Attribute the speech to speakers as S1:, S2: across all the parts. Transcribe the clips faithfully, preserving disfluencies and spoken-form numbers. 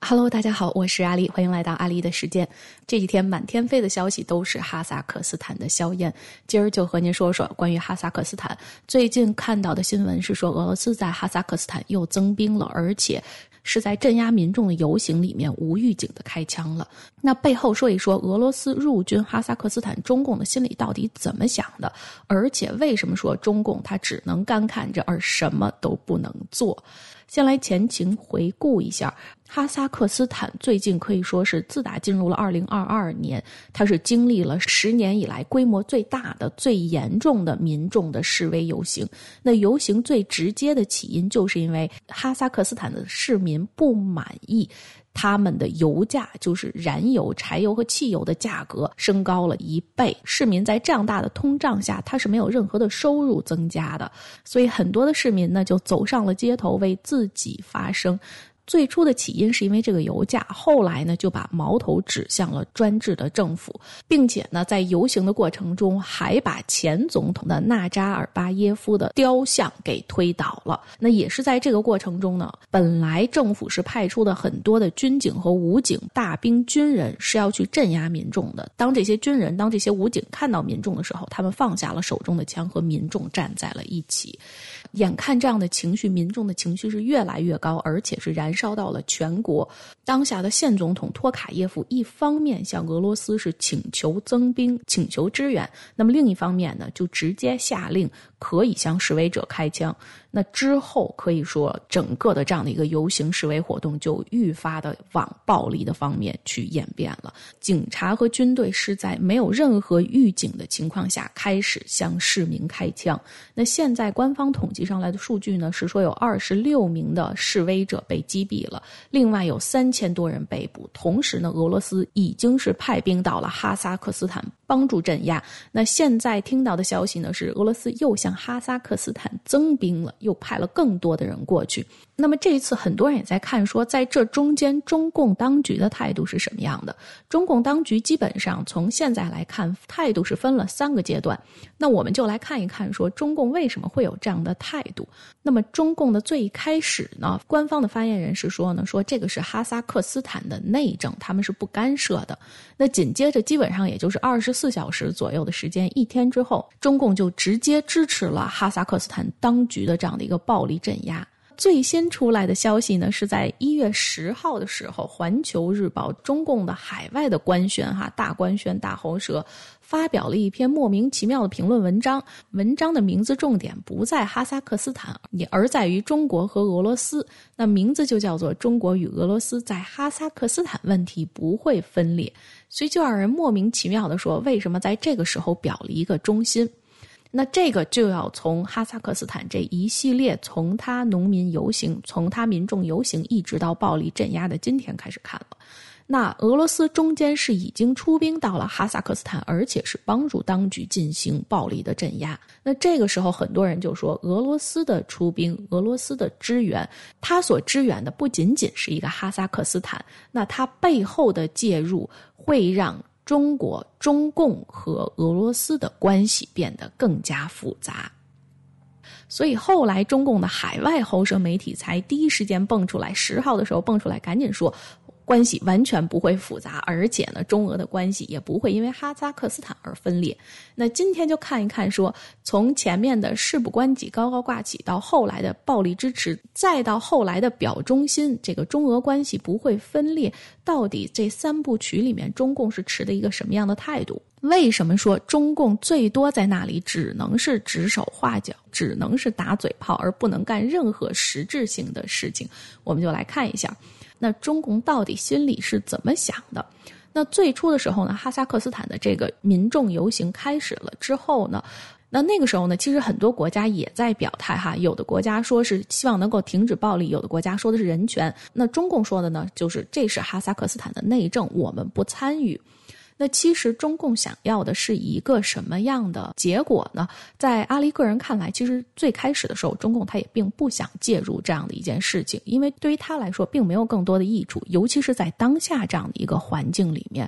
S1: Hello， 大家好，我是阿丽，欢迎来到阿丽的时间。这几天满天飞的消息都是哈萨克斯坦的硝烟，今儿就和您说说关于哈萨克斯坦。最近看到的新闻是说，俄罗斯在哈萨克斯坦又增兵了，而且是在镇压民众的游行里面无预警的开枪了。那背后说一说俄罗斯入军哈萨克斯坦，中共的心里到底怎么想的？而且为什么说中共他只能干看着而什么都不能做？先来前情回顾一下，哈萨克斯坦最近可以说是自打进入了二零二二年，它是经历了十年以来规模最大的、最严重的民众的示威游行。那游行最直接的起因就是因为哈萨克斯坦的市民不满意他们的油价，就是燃油、柴油和汽油的价格升高了一倍，市民在这样大的通胀下，他是没有任何的收入增加的，所以很多的市民呢就走上了街头为自己发声。最初的起因是因为这个油价，后来呢就把矛头指向了专制的政府，并且呢在游行的过程中还把前总统的纳扎尔巴耶夫的雕像给推倒了。那也是在这个过程中呢，本来政府是派出的很多的军警和武警、大兵军人是要去镇压民众的。当这些军人、当这些武警看到民众的时候，他们放下了手中的枪，和民众站在了一起。眼看这样的情绪，民众的情绪是越来越高，而且是燃烧到了全国。当下的现总统托卡耶夫一方面向俄罗斯是请求增兵、请求支援，那么另一方面呢，就直接下令可以向示威者开枪。那之后可以说整个的这样的一个游行示威活动就愈发的往暴力的方面去演变了。警察和军队是在没有任何预警的情况下开始向市民开枪。那现在官方统计上来的数据呢，是说有二十六名的示威者被击毙了，另外有三千多人被捕。同时呢，俄罗斯已经是派兵到了哈萨克斯坦帮助镇压。那现在听到的消息呢，是俄罗斯又向哈萨克斯坦增兵了，又派了更多的人过去。那么这一次很多人也在看说，在这中间中共当局的态度是什么样的。中共当局基本上从现在来看，态度是分了三个阶段。那我们就来看一看说中共为什么会有这样的态度。那么中共的最开始呢，官方的发言人是说呢，说这个是哈萨克斯坦的内政，他们是不干涉的。那紧接着基本上也就是二十四小时左右的时间，一天之后，中共就直接支持了哈萨克斯坦当局的这样的一个暴力镇压。最新出来的消息呢，是在一月十号的时候，环球日报中共的海外的官宣哈大官宣大喉舌发表了一篇莫名其妙的评论文章，文章的名字重点不在哈萨克斯坦，而在于中国和俄罗斯。那名字就叫做中国与俄罗斯在哈萨克斯坦问题不会分裂。所以就让人莫名其妙的说，为什么在这个时候表了一个忠心？那这个就要从哈萨克斯坦这一系列，从他农民游行，从他民众游行一直到暴力镇压的今天开始看了。那俄罗斯中间是已经出兵到了哈萨克斯坦，而且是帮助当局进行暴力的镇压。那这个时候很多人就说，俄罗斯的出兵，俄罗斯的支援，他所支援的不仅仅是一个哈萨克斯坦，那他背后的介入会让中国、中共和俄罗斯的关系变得更加复杂。所以后来中共的海外喉舌媒体才第一时间蹦出来，十号的时候蹦出来赶紧说，关系完全不会复杂，而且呢，中俄的关系也不会因为哈萨克斯坦而分裂。那今天就看一看说，从前面的事不关己高高挂起，到后来的暴力支持，再到后来的表忠心，这个中俄关系不会分裂，到底这三部曲里面中共是持的一个什么样的态度？为什么说中共最多在那里只能是指手画脚，只能是打嘴炮，而不能干任何实质性的事情？我们就来看一下，那中共到底心里是怎么想的？那最初的时候呢，哈萨克斯坦的这个民众游行开始了之后呢，那那个时候呢，其实很多国家也在表态哈，有的国家说是希望能够停止暴力，有的国家说的是人权。那中共说的呢，就是这是哈萨克斯坦的内政，我们不参与。那其实中共想要的是一个什么样的结果呢？在阿里个人看来，其实最开始的时候，中共他也并不想介入这样的一件事情，因为对于他来说并没有更多的益处，尤其是在当下这样的一个环境里面。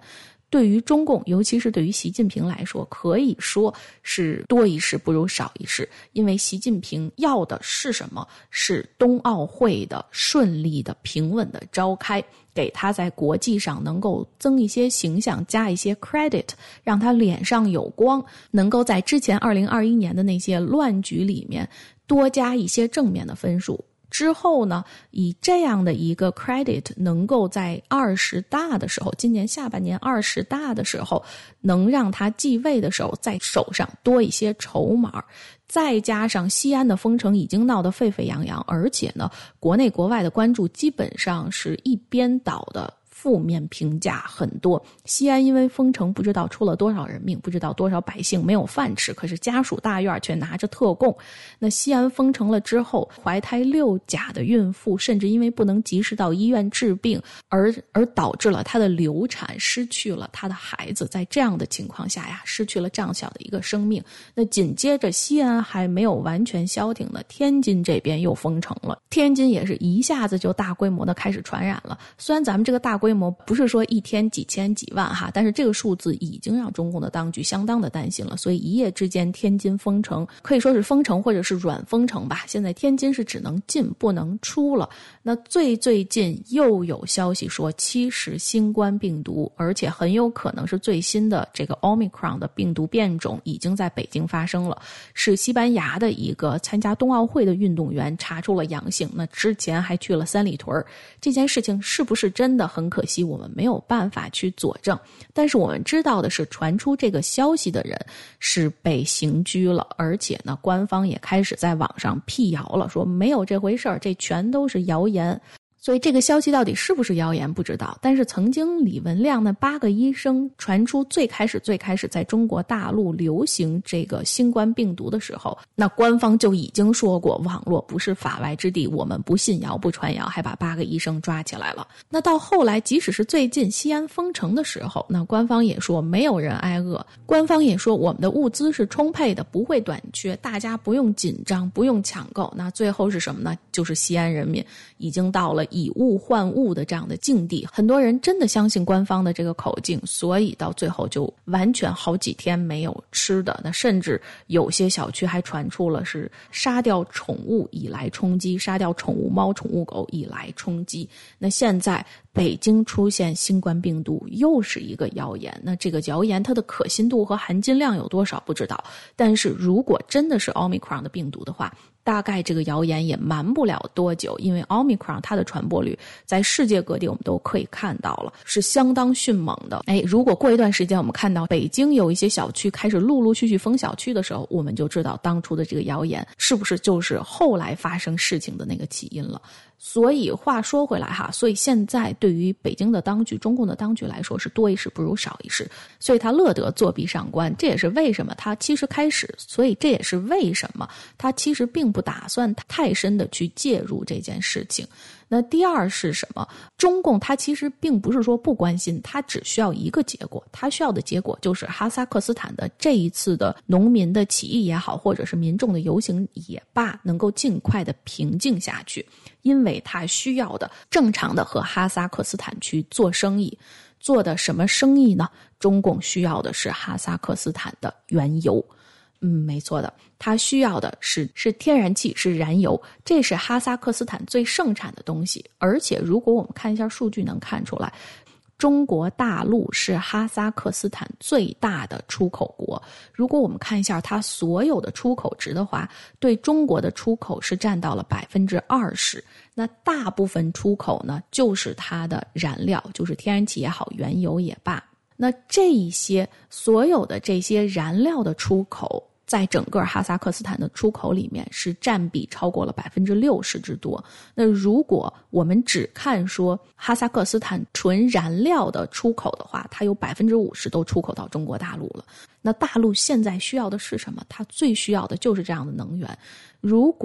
S1: 对于中共，尤其是对于习近平来说，可以说是多一事不如少一事。因为习近平要的是什么？是冬奥会的顺利的、平稳的召开，给他在国际上能够增一些形象，加一些 credit， 让他脸上有光，能够在之前二零二一年的那些乱局里面多加一些正面的分数。之后呢，以这样的一个 credit 能够在二十大的时候，今年下半年二十大的时候，能让他继位的时候在手上多一些筹码。再加上西安的封城已经闹得沸沸扬扬，而且呢，国内国外的关注基本上是一边倒的，负面评价很多。西安因为封城不知道出了多少人命，不知道多少百姓没有饭吃，可是家属大院却拿着特供。那西安封城了之后，怀胎六甲的孕妇甚至因为不能及时到医院治病，而而导致了她的流产，失去了她的孩子。在这样的情况下呀，失去了这样小的一个生命。那紧接着西安还没有完全消停呢，天津这边又封城了。天津也是一下子就大规模的开始传染了。虽然咱们这个大规模不是说一天几千几万哈，但是这个数字已经让中共的当局相当的担心了。所以一夜之间天津封城，可以说是封城或者是软封城吧。现在天津是只能进不能出了。那最最近又有消息说，其实新冠病毒，而且很有可能是最新的这个 Omicron 的病毒变种已经在北京发生了。是西班牙的一个参加冬奥会的运动员查出了阳性，那之前还去了三里屯。这件事情是不是真的很可惜，我们没有办法去佐证。但是我们知道的是，传出这个消息的人是被刑拘了，而且呢，官方也开始在网上辟谣了，说没有这回事儿，这全都是谣言。所以这个消息到底是不是谣言不知道，但是曾经李文亮那八个医生传出最开始最开始在中国大陆流行这个新冠病毒的时候，那官方就已经说过网络不是法外之地，我们不信谣不传谣，还把八个医生抓起来了。那到后来即使是最近西安封城的时候，那官方也说没有人挨饿，官方也说我们的物资是充沛的，不会短缺，大家不用紧张不用抢购。那最后是什么呢？就是西安人民已经到了以物换物的这样的境地，很多人真的相信官方的这个口径，所以到最后就完全好几天没有吃的。那甚至有些小区还传出了是杀掉宠物以来充饥，杀掉宠物猫宠物狗以来充饥。那现在北京出现新冠病毒又是一个谣言，那这个谣言它的可信度和含金量有多少不知道，但是如果真的是 Omicron 的病毒的话，大概这个谣言也瞒不了多久，因为 Omicron 它的传播率在世界各地我们都可以看到了，是相当迅猛的。哎，如果过一段时间我们看到北京有一些小区开始陆陆续续封小区的时候，我们就知道当初的这个谣言是不是就是后来发生事情的那个起因了。所以话说回来哈，所以现在对于北京的当局，中共的当局来说是多一事不如少一事，所以他乐得作壁上观。这也是为什么他其实开始，所以这也是为什么他其实并不打算太深的去介入这件事情。那第二是什么？中共他其实并不是说不关心，他只需要一个结果，他需要的结果就是哈萨克斯坦的这一次的农民的起义也好，或者是民众的游行也罢，能够尽快的平静下去，因为他需要的正常的和哈萨克斯坦去做生意。做的什么生意呢？中共需要的是哈萨克斯坦的原油。嗯，没错的，它需要的是是天然气，是燃油，这是哈萨克斯坦最盛产的东西。而且如果我们看一下数据能看出来，中国大陆是哈萨克斯坦最大的出口国。如果我们看一下它所有的出口值的话，对中国的出口是占到了百分之二十。那大部分出口呢，就是它的燃料，就是天然气也好，原油也罢。那这一些所有的这些燃料的出口，在整个哈萨克斯坦的出口里面是占比超过了百分之六十之多。那如果我们只看说哈萨克斯坦纯燃料的出口的话，它有百分之五十都出口到中国大陆了。那大陆现在需要的是什么？它最需要的就是这样的能源。如果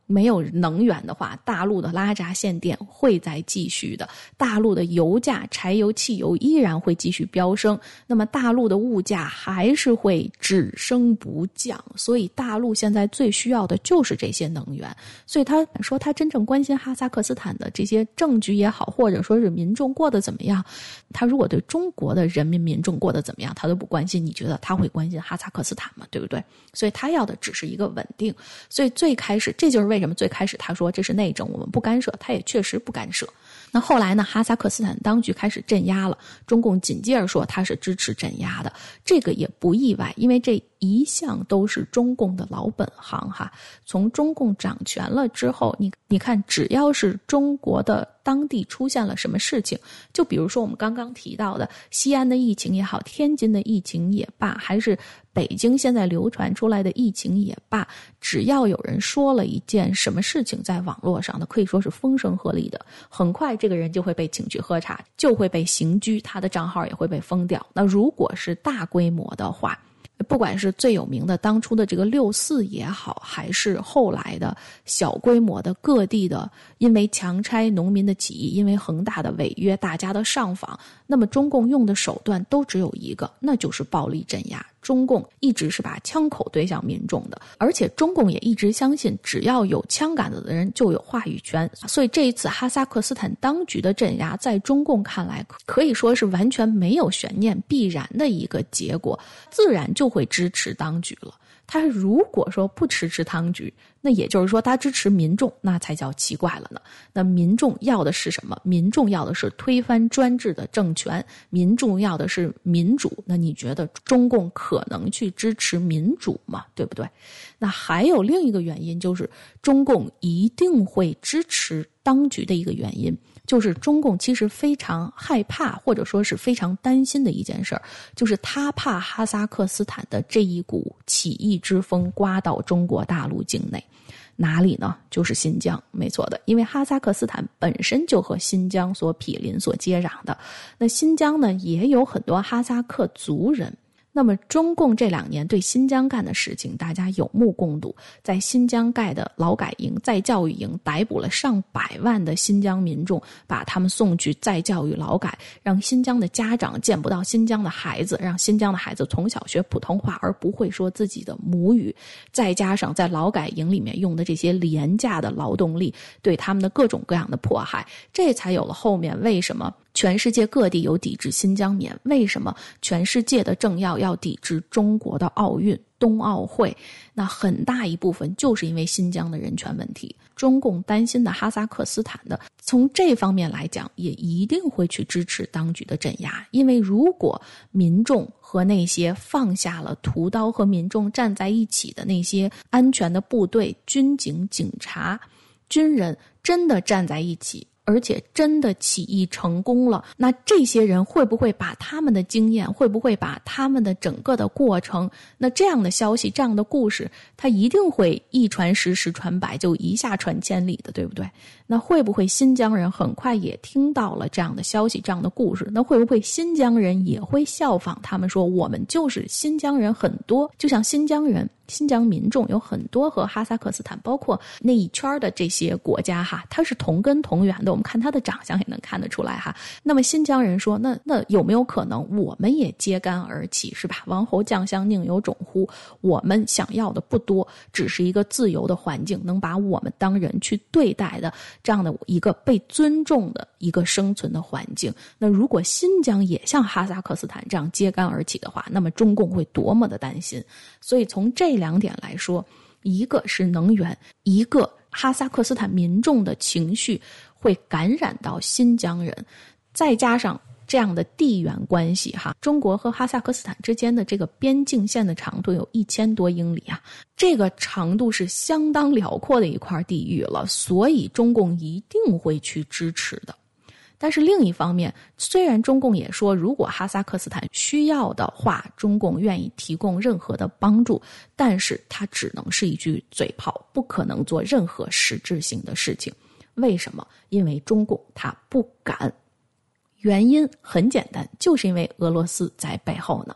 S1: 没有能源的话，大陆的拉闸限电会再继续的，大陆的油价、柴油、汽油依然会继续飙升，那么大陆的物价还是会只升不降，所以大陆现在最需要的就是这些能源。所以他说他真正关心哈萨克斯坦的这些政局也好，或者说是民众过得怎么样，他如果对中国的人民民众过得怎么样他都不关心，你觉得他会关心哈萨克斯坦吗？对不对？所以他要的只是一个稳定。所以最开始，这就是为什么最开始他说这是内政，我们不干涉，他也确实不干涉。那后来呢，哈萨克斯坦当局开始镇压了，中共紧接着说他是支持镇压的，这个也不意外，因为这一向都是中共的老本行哈。从中共掌权了之后，你你看，只要是中国的当地出现了什么事情，就比如说我们刚刚提到的西安的疫情也好，天津的疫情也罢，还是北京现在流传出来的疫情也罢，只要有人说了一件什么事情在网络上的，可以说是风声鹤唳的，很快这个人就会被请去喝茶，就会被刑拘，他的账号也会被封掉。那如果是大规模的话，不管是最有名的当初的这个六四也好，还是后来的小规模的各地的因为强拆农民的起义，因为恒大的违约大家的上访，那么中共用的手段都只有一个，那就是暴力镇压。中共一直是把枪口对向民众的，而且中共也一直相信只要有枪杆子的人就有话语权，所以这一次哈萨克斯坦当局的镇压在中共看来可以说是完全没有悬念，必然的一个结果，自然就会支持当局了。他如果说不支持当局，那也就是说他支持民众，那才叫奇怪了呢。那民众要的是什么？民众要的是推翻专制的政权，民众要的是民主。那你觉得中共可能去支持民主吗？对不对？那还有另一个原因，就是中共一定会支持当局的一个原因，就是中共其实非常害怕，或者说是非常担心的一件事儿，就是他怕哈萨克斯坦的这一股起义之风刮到中国大陆境内。哪里呢？就是新疆，没错的，因为哈萨克斯坦本身就和新疆所毗邻所接壤的，那新疆呢也有很多哈萨克族人。那么中共这两年对新疆干的事情大家有目共睹，在新疆盖的劳改营、再教育营逮捕了上百万的新疆民众，把他们送去再教育劳改，让新疆的家长见不到新疆的孩子，让新疆的孩子从小学普通话而不会说自己的母语，再加上在劳改营里面用的这些廉价的劳动力对他们的各种各样的迫害，这才有了后面为什么全世界各地有抵制新疆棉，为什么全世界的政要要抵制中国的奥运、冬奥会，那很大一部分就是因为新疆的人权问题。中共担心的哈萨克斯坦的，从这方面来讲也一定会去支持当局的镇压，因为如果民众和那些放下了屠刀和民众站在一起的那些安全的部队、军警、警察、军人真的站在一起，而且真的起义成功了，那这些人会不会把他们的经验，会不会把他们的整个的过程，那这样的消息，这样的故事，他一定会一传十，十传百，就一下传千里的，对不对？那会不会新疆人很快也听到了这样的消息，这样的故事？那会不会新疆人也会效仿他们说，我们就是新疆人很多，就像新疆人新疆民众有很多和哈萨克斯坦包括那一圈的这些国家哈，它是同根同源的，我们看他的长相也能看得出来哈。那么新疆人说，那那有没有可能我们也揭竿而起，是吧？王侯将相宁有种乎，我们想要的不多，只是一个自由的环境，能把我们当人去对待的这样的一个被尊重的一个生存的环境。那如果新疆也像哈萨克斯坦这样揭竿而起的话，那么中共会多么的担心。所以从这两点来说，一个是能源，一个哈萨克斯坦民众的情绪会感染到新疆人，再加上这样的地缘关系哈，中国和哈萨克斯坦之间的这个边境线的长度有一千多英里啊，这个长度是相当辽阔的一块地域了，所以中共一定会去支持的。但是另一方面，虽然中共也说如果哈萨克斯坦需要的话，中共愿意提供任何的帮助，但是它只能是一句嘴炮，不可能做任何实质性的事情。为什么？因为中共它不敢。原因很简单，就是因为俄罗斯在背后呢。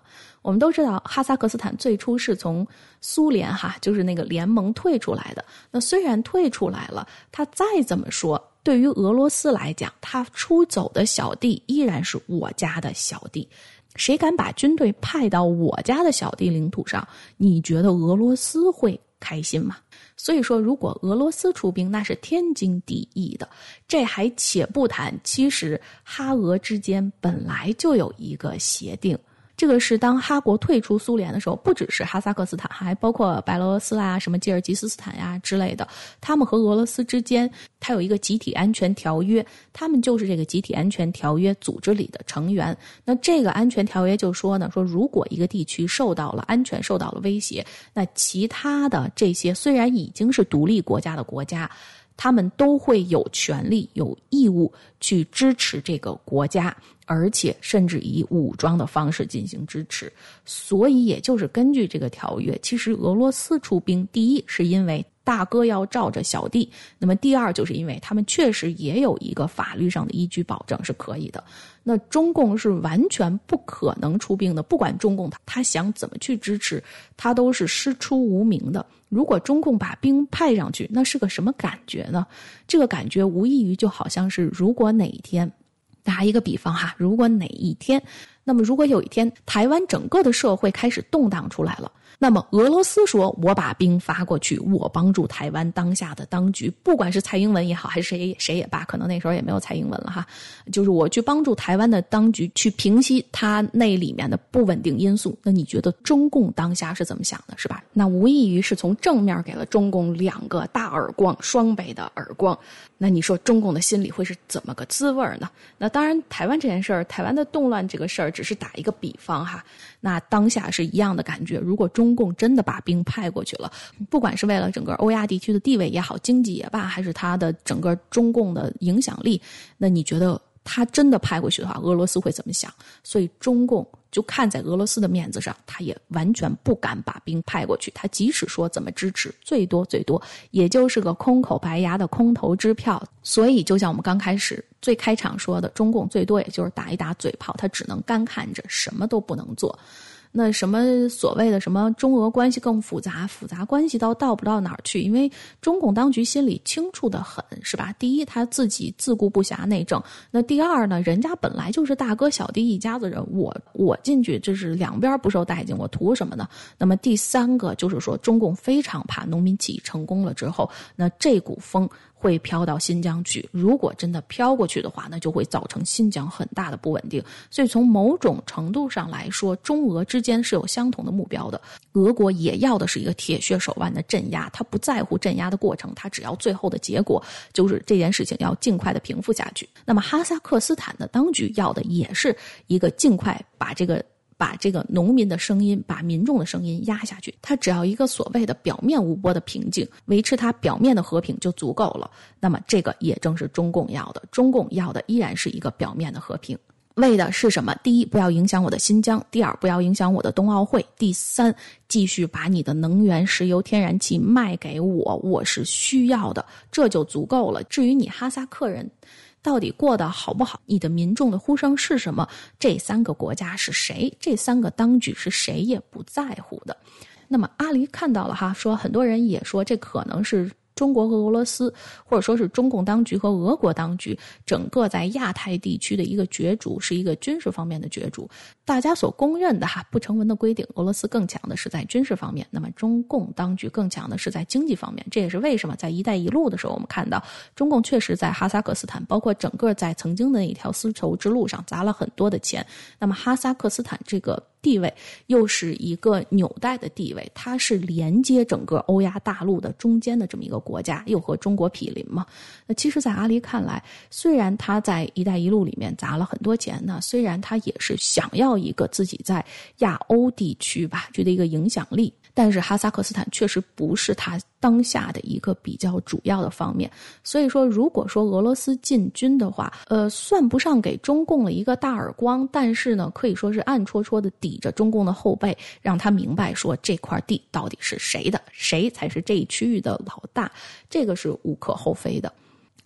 S1: 我们都知道哈萨克斯坦最初是从苏联哈，就是那个联盟退出来的。那虽然退出来了，他再怎么说，对于俄罗斯来讲，他出走的小弟依然是我家的小弟。谁敢把军队派到我家的小弟领土上，你觉得俄罗斯会开心吗？所以说，如果俄罗斯出兵，那是天经地义的。这还且不谈，其实哈俄之间本来就有一个协定。这个是当哈国退出苏联的时候，不只是哈萨克斯坦，还包括白俄罗斯啦、什么吉尔吉斯斯坦呀之类的，他们和俄罗斯之间它有一个集体安全条约，他们就是这个集体安全条约组织里的成员。那这个安全条约就说呢，说如果一个地区受到了安全受到了威胁，那其他的这些虽然已经是独立国家的国家，他们都会有权利有义务去支持这个国家，而且甚至以武装的方式进行支持。所以也就是根据这个条约，其实俄罗斯出兵，第一是因为大哥要罩着小弟，那么第二就是因为他们确实也有一个法律上的依据保证是可以的。那中共是完全不可能出兵的，不管中共他他想怎么去支持，他都是师出无名的。如果中共把兵派上去，那是个什么感觉呢？这个感觉无异于就好像是，如果哪一天，打一个比方哈，如果哪一天，那么如果有一天台湾整个的社会开始动荡出来了，那么俄罗斯说我把兵发过去，我帮助台湾当下的当局，不管是蔡英文也好还是谁谁也罢，可能那时候也没有蔡英文了哈，就是我去帮助台湾的当局去平息它那里面的不稳定因素。那你觉得中共当下是怎么想的，是吧？那无异于是从正面给了中共两个大耳光，双倍的耳光。那你说中共的心里会是怎么个滋味呢？那当然台湾这件事儿，台湾的动乱这个事儿只是打一个比方哈，那当下是一样的感觉。如果中共真的把兵派过去了，不管是为了整个欧亚地区的地位也好，经济也罢，还是他的整个中共的影响力，那你觉得他真的派过去的话，俄罗斯会怎么想？所以中共就看在俄罗斯的面子上，他也完全不敢把兵派过去。他即使说怎么支持，最多最多也就是个空口白牙的空头支票。所以就像我们刚开始最开场说的，中共最多也就是打一打嘴炮，他只能干看着，什么都不能做。那什么所谓的什么中俄关系更复杂，复杂关系到到不到哪儿去？因为中共当局心里清楚得很，是吧？第一，他自己自顾不暇内政；那第二呢，人家本来就是大哥小弟一家子人，我我进去就是两边不受待见，我图什么呢？那么第三个就是说，中共非常怕农民起义成功了之后，那这股风会飘到新疆去，如果真的飘过去的话，那就会造成新疆很大的不稳定。所以从某种程度上来说，中俄之间是有相同的目标的。俄国也要的是一个铁血手腕的镇压，他不在乎镇压的过程，他只要最后的结果，就是这件事情要尽快的平复下去。那么哈萨克斯坦的当局要的也是一个尽快把这个把这个农民的声音，把民众的声音压下去，他只要一个所谓的表面无波的平静，维持他表面的和平就足够了。那么这个也正是中共要的，中共要的依然是一个表面的和平。为的是什么？第一，不要影响我的新疆；第二，不要影响我的冬奥会；第三，继续把你的能源、石油、天然气卖给我，我是需要的，这就足够了。至于你哈萨克人到底过得好不好，你的民众的呼声是什么，这三个国家是谁，这三个当局是谁也不在乎的。那么阿黎看到了哈，说很多人也说这可能是中国和俄罗斯，或者说是中共当局和俄国当局整个在亚太地区的一个角逐，是一个军事方面的角逐。大家所公认的哈不成文的规定，俄罗斯更强的是在军事方面，那么中共当局更强的是在经济方面。这也是为什么在一带一路的时候，我们看到中共确实在哈萨克斯坦，包括整个在曾经的那一条丝绸之路上砸了很多的钱。那么哈萨克斯坦这个地位又是一个纽带的地位，它是连接整个欧亚大陆的中间的这么一个国家，又和中国毗邻嘛。那其实在阿黎看来，虽然他在一带一路里面砸了很多钱呢，虽然他也是想要一个自己在亚欧地区吧觉得一个影响力，但是哈萨克斯坦确实不是他当下的一个比较主要的方面。所以说如果说俄罗斯进军的话，呃，算不上给中共了一个大耳光，但是呢可以说是暗戳戳的抵着中共的后背，让他明白说这块地到底是谁的，谁才是这一区域的老大，这个是无可厚非的。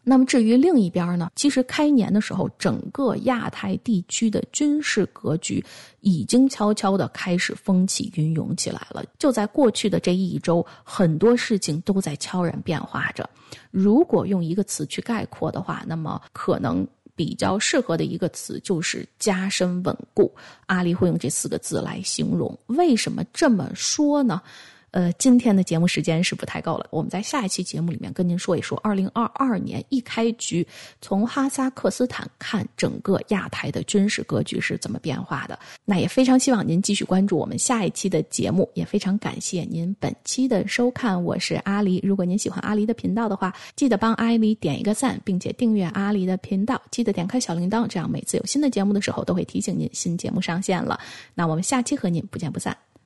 S1: 那么至于另一边呢，其实开年的时候，整个亚太地区的军事格局已经悄悄地开始风起云涌起来了。就在过去的这一周，很多事情都在悄然变化着。如果用一个词去概括的话，那么可能比较适合的一个词就是加深稳固。阿里会用这四个字来形容。为什么这么说呢？呃，今天的节目时间是不太够了，我们在下一期节目里面跟您说一说二零二二年一开局，从哈萨克斯坦看整个亚太的军事格局是怎么变化的。那也非常希望您继续关注我们下一期的节目，也非常感谢您本期的收看，我是阿黎。如果您喜欢阿黎的频道的话，记得帮阿黎点一个赞，并且订阅阿黎的频道，记得点开小铃铛，这样每次有新的节目的时候都会提醒您新节目上线了。那我们下期和您不见不散。